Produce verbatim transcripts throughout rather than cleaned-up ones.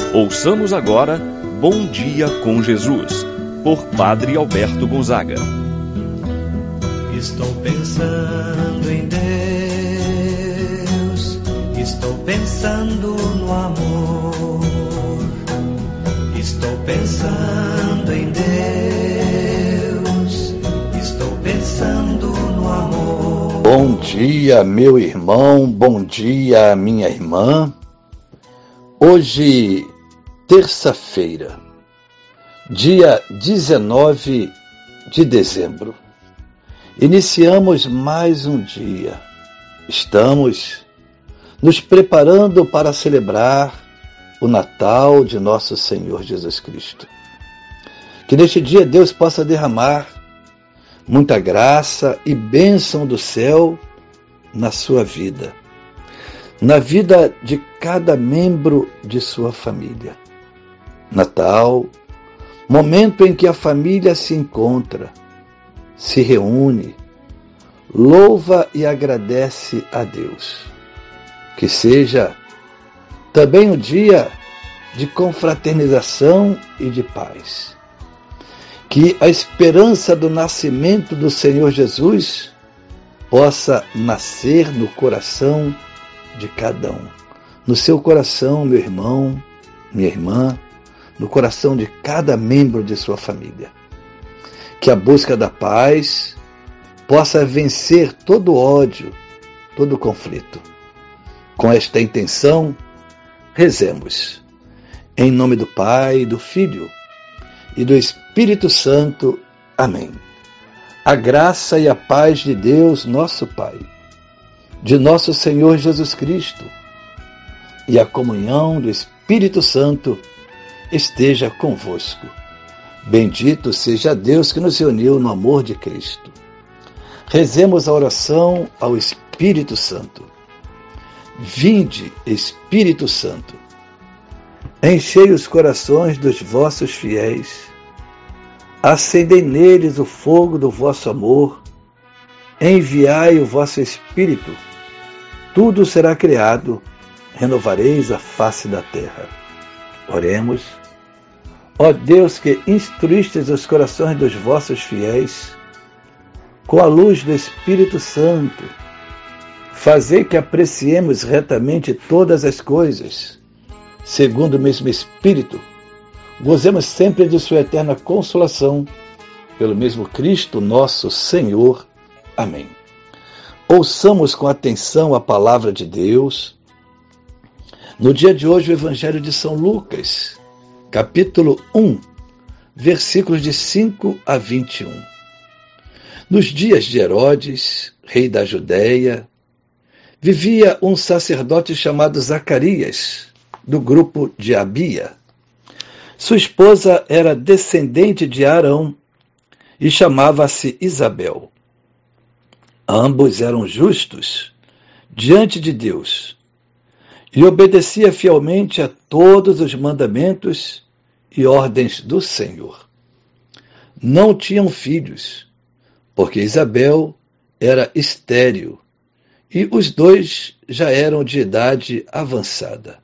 Ouçamos agora Bom Dia com Jesus, por Padre Alberto Gonzaga. Estou pensando em Deus, estou pensando no amor, estou pensando em Deus, estou pensando no amor. Bom dia, meu irmão, bom dia, minha irmã. Hoje, terça-feira, dia dezenove de dezembro. Iniciamos mais um dia. Estamos nos preparando para celebrar o Natal de nosso Senhor Jesus Cristo. Que neste dia Deus possa derramar muita graça e bênção do céu na sua vida, na vida de cada membro de sua família. Natal, momento em que a família se encontra, se reúne, louva e agradece a Deus. Que seja também um dia de confraternização e de paz. Que a esperança do nascimento do Senhor Jesus possa nascer no coração de cada um. No seu coração, meu irmão, minha irmã, no coração de cada membro de sua família. Que a busca da paz possa vencer todo ódio, todo conflito. Com esta intenção, rezemos. Em nome do Pai, do Filho e do Espírito Santo. Amém. A graça e a paz de Deus, nosso Pai, de nosso Senhor Jesus Cristo e a comunhão do Espírito Santo esteja convosco. Bendito seja Deus que nos reuniu no amor de Cristo. Rezemos a oração ao Espírito Santo. Vinde, Espírito Santo, enchei os corações dos vossos fiéis, acendei neles o fogo do vosso amor, enviai o vosso Espírito, tudo será criado, renovareis a face da terra. Oremos. Ó Deus, que instruístes os corações dos vossos fiéis, com a luz do Espírito Santo, fazei que apreciemos retamente todas as coisas, segundo o mesmo Espírito, gozemos sempre de sua eterna consolação, pelo mesmo Cristo nosso Senhor. Amém. Ouçamos com atenção a palavra de Deus. No dia de hoje, o Evangelho de São Lucas, capítulo um, versículos de cinco a vinte e um. Nos dias de Herodes, rei da Judéia, vivia um sacerdote chamado Zacarias, do grupo de Abia. Sua esposa era descendente de Arão e chamava-se Isabel. Ambos eram justos diante de Deus e obedecia fielmente a todos os mandamentos e ordens do Senhor. Não tinham filhos, porque Isabel era estéril e os dois já eram de idade avançada.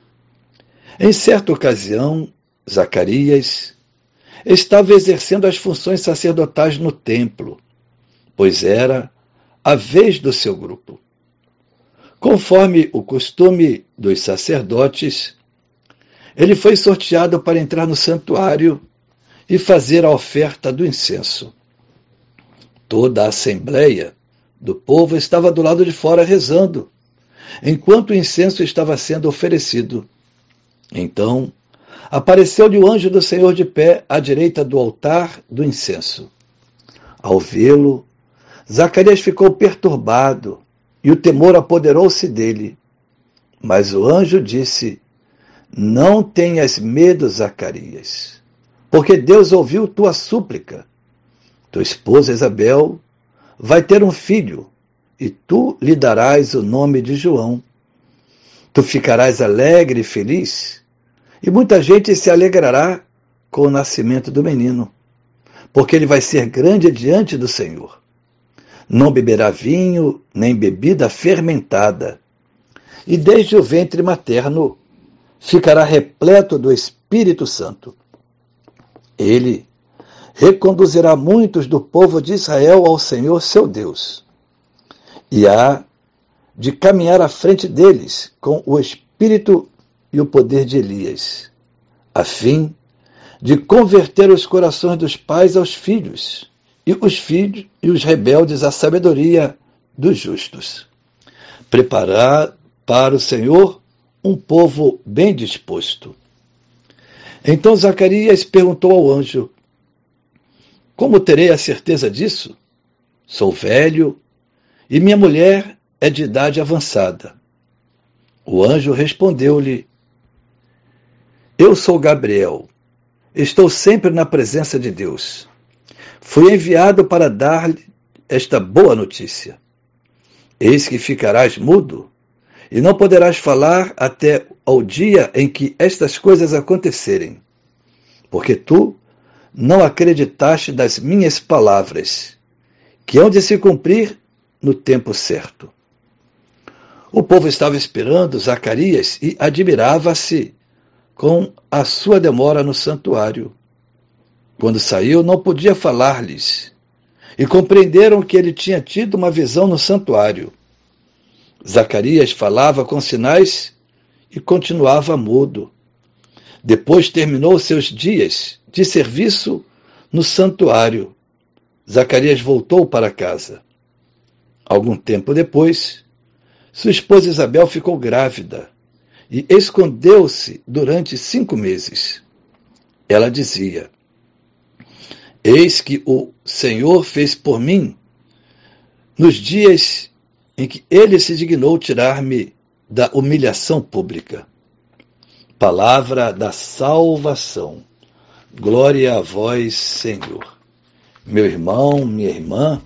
Em certa ocasião, Zacarias estava exercendo as funções sacerdotais no templo, pois era a vez do seu grupo. Conforme o costume dos sacerdotes, ele foi sorteado para entrar no santuário e fazer a oferta do incenso. Toda a assembleia do povo estava do lado de fora rezando, enquanto o incenso estava sendo oferecido. Então, apareceu-lhe o anjo do Senhor de pé à direita do altar do incenso. Ao vê-lo, Zacarias ficou perturbado e o temor apoderou-se dele. Mas o anjo disse: Não tenhas medo, Zacarias, porque Deus ouviu tua súplica. Tua esposa Isabel vai ter um filho, e tu lhe darás o nome de João. Tu ficarás alegre e feliz, e muita gente se alegrará com o nascimento do menino, porque ele vai ser grande diante do Senhor. Não beberá vinho, nem bebida fermentada, e desde o ventre materno ficará repleto do Espírito Santo. Ele reconduzirá muitos do povo de Israel ao Senhor seu Deus, e há de caminhar à frente deles com o espírito e o poder de Elias, a fim de converter os corações dos pais aos filhos, e os filhos e os rebeldes à sabedoria dos justos. Preparar para o Senhor um povo bem disposto. Então Zacarias perguntou ao anjo: como terei a certeza disso? Sou velho e minha mulher é de idade avançada. O anjo respondeu-lhe: eu sou Gabriel, estou sempre na presença de Deus. Fui enviado para dar-lhe esta boa notícia. Eis que ficarás mudo e não poderás falar até ao dia em que estas coisas acontecerem, porque tu não acreditaste das minhas palavras, que hão de se cumprir no tempo certo. O povo estava esperando Zacarias e admirava-se com a sua demora no santuário. Quando saiu, não podia falar-lhes, e compreenderam que ele tinha tido uma visão no santuário. Zacarias falava com sinais e continuava mudo. Depois terminou seus dias de serviço no santuário. Zacarias voltou para casa. Algum tempo depois, sua esposa Isabel ficou grávida e escondeu-se durante cinco meses. Ela dizia: eis que o Senhor fez por mim nos dias em que ele se dignou tirar-me da humilhação pública. Palavra da salvação. Glória a vós, Senhor. Meu irmão, minha irmã,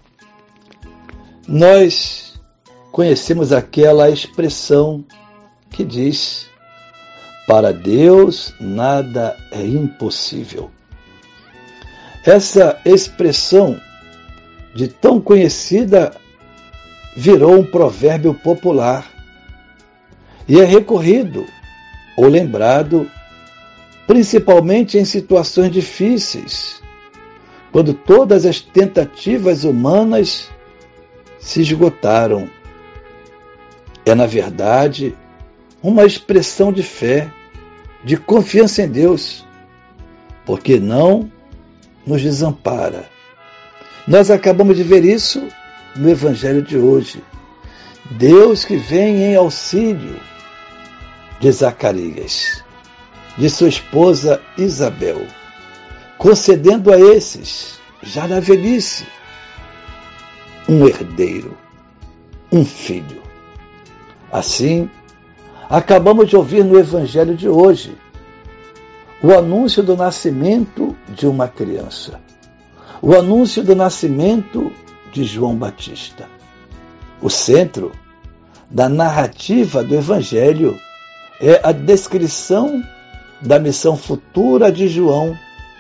nós conhecemos aquela expressão que diz: para Deus nada é impossível. Essa expressão, de tão conhecida, virou um provérbio popular e é recorrido ou lembrado principalmente em situações difíceis, quando todas as tentativas humanas se esgotaram. É, na verdade, uma expressão de fé, de confiança em Deus, porque não nos desampara. Nós acabamos de ver isso no Evangelho de hoje. Deus que vem em auxílio de Zacarias, de sua esposa Isabel, concedendo a esses, já na velhice, um herdeiro, um filho. Assim, acabamos de ouvir no Evangelho de hoje o anúncio do nascimento de uma criança, o anúncio do nascimento de João Batista. O centro da narrativa do Evangelho é a descrição da missão futura de João.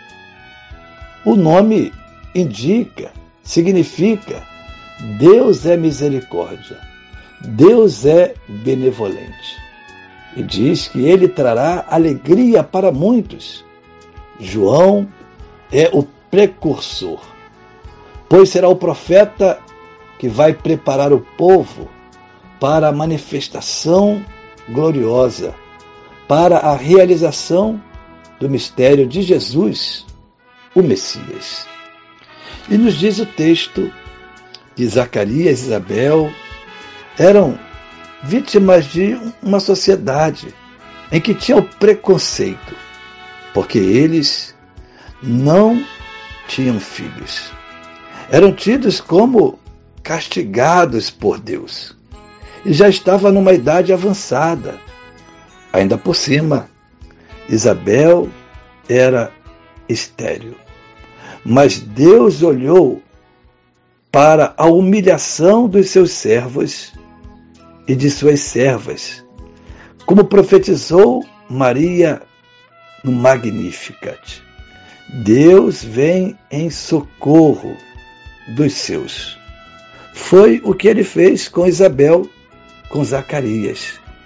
O nome indica, significa: Deus é misericórdia, Deus é benevolente. E diz que ele trará alegria para muitos. João é o precursor, pois será o profeta que vai preparar o povo para a manifestação gloriosa, para a realização do mistério de Jesus, o Messias. E nos diz o texto que Zacarias e Isabel eram vítimas de uma sociedade em que tinha o preconceito, porque eles não tinham filhos. Eram tidos como castigados por Deus. E já estava numa idade avançada. Ainda por cima, Isabel era estéril. Mas Deus olhou para a humilhação dos seus servos e de suas servas, como profetizou Maria no Magnificat. Deus vem em socorro dos seus. Foi o que ele fez com Isabel, com Zacarias.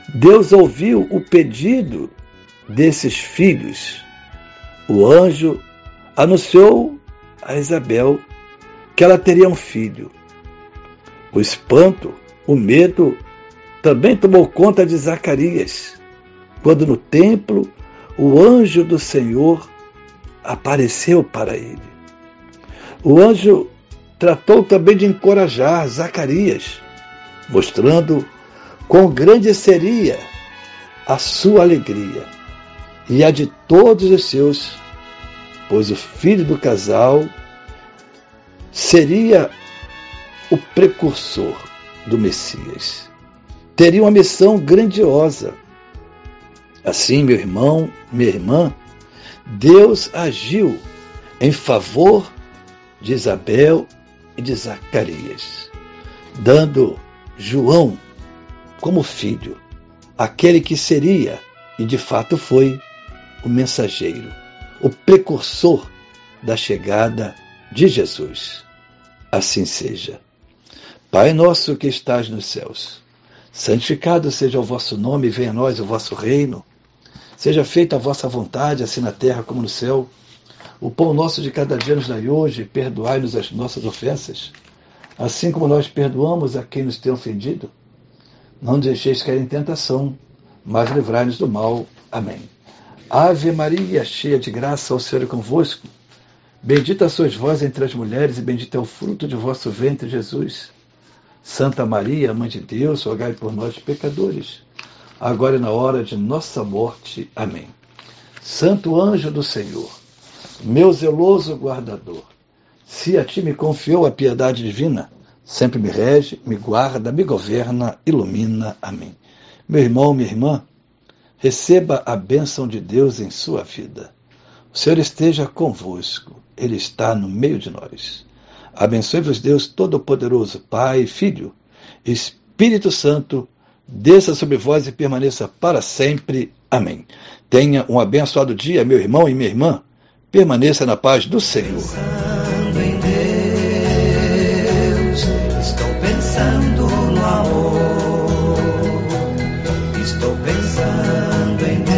Deus ouviu o pedido desses filhos. O anjo anunciou a Isabel que ela teria um filho. O espanto, o medo, também tomou conta de Zacarias, quando no templo o anjo do Senhor apareceu para ele. O anjo tratou também de encorajar Zacarias, mostrando quão grande seria a sua alegria e a de todos os seus, pois o filho do casal seria o precursor do Messias. Teria uma missão grandiosa. Assim, meu irmão, minha irmã, Deus agiu em favor de Isabel e de Zacarias, dando João como filho, aquele que seria, e de fato foi, o mensageiro, o precursor da chegada de Jesus. Assim seja. Pai nosso que estás nos céus, santificado seja o vosso nome, venha a nós o vosso reino. Seja feita a vossa vontade, assim na terra como no céu. O pão nosso de cada dia nos dai hoje, perdoai-nos as nossas ofensas, assim como nós perdoamos a quem nos tem ofendido. Não nos deixeis cair em tentação, mas livrai-nos do mal. Amém. Ave Maria, cheia de graça, o Senhor é convosco. Bendita sois vós entre as mulheres, e bendito é o fruto de vosso ventre, Jesus. Santa Maria, Mãe de Deus, rogai por nós, pecadores, agora e na hora de nossa morte. Amém. Santo anjo do Senhor, meu zeloso guardador, se a ti me confiou a piedade divina, sempre me rege, me guarda, me governa, ilumina. Amém. Meu irmão, minha irmã, receba a bênção de Deus em sua vida. O Senhor esteja convosco, Ele está no meio de nós. Abençoe-vos Deus Todo-Poderoso, Pai, Filho, Espírito Santo, desça sobre vós e permaneça para sempre. Amém. Tenha um abençoado dia, meu irmão e minha irmã. Permaneça na paz do Senhor. Pensando em Deus, estou pensando no amor. Estou pensando em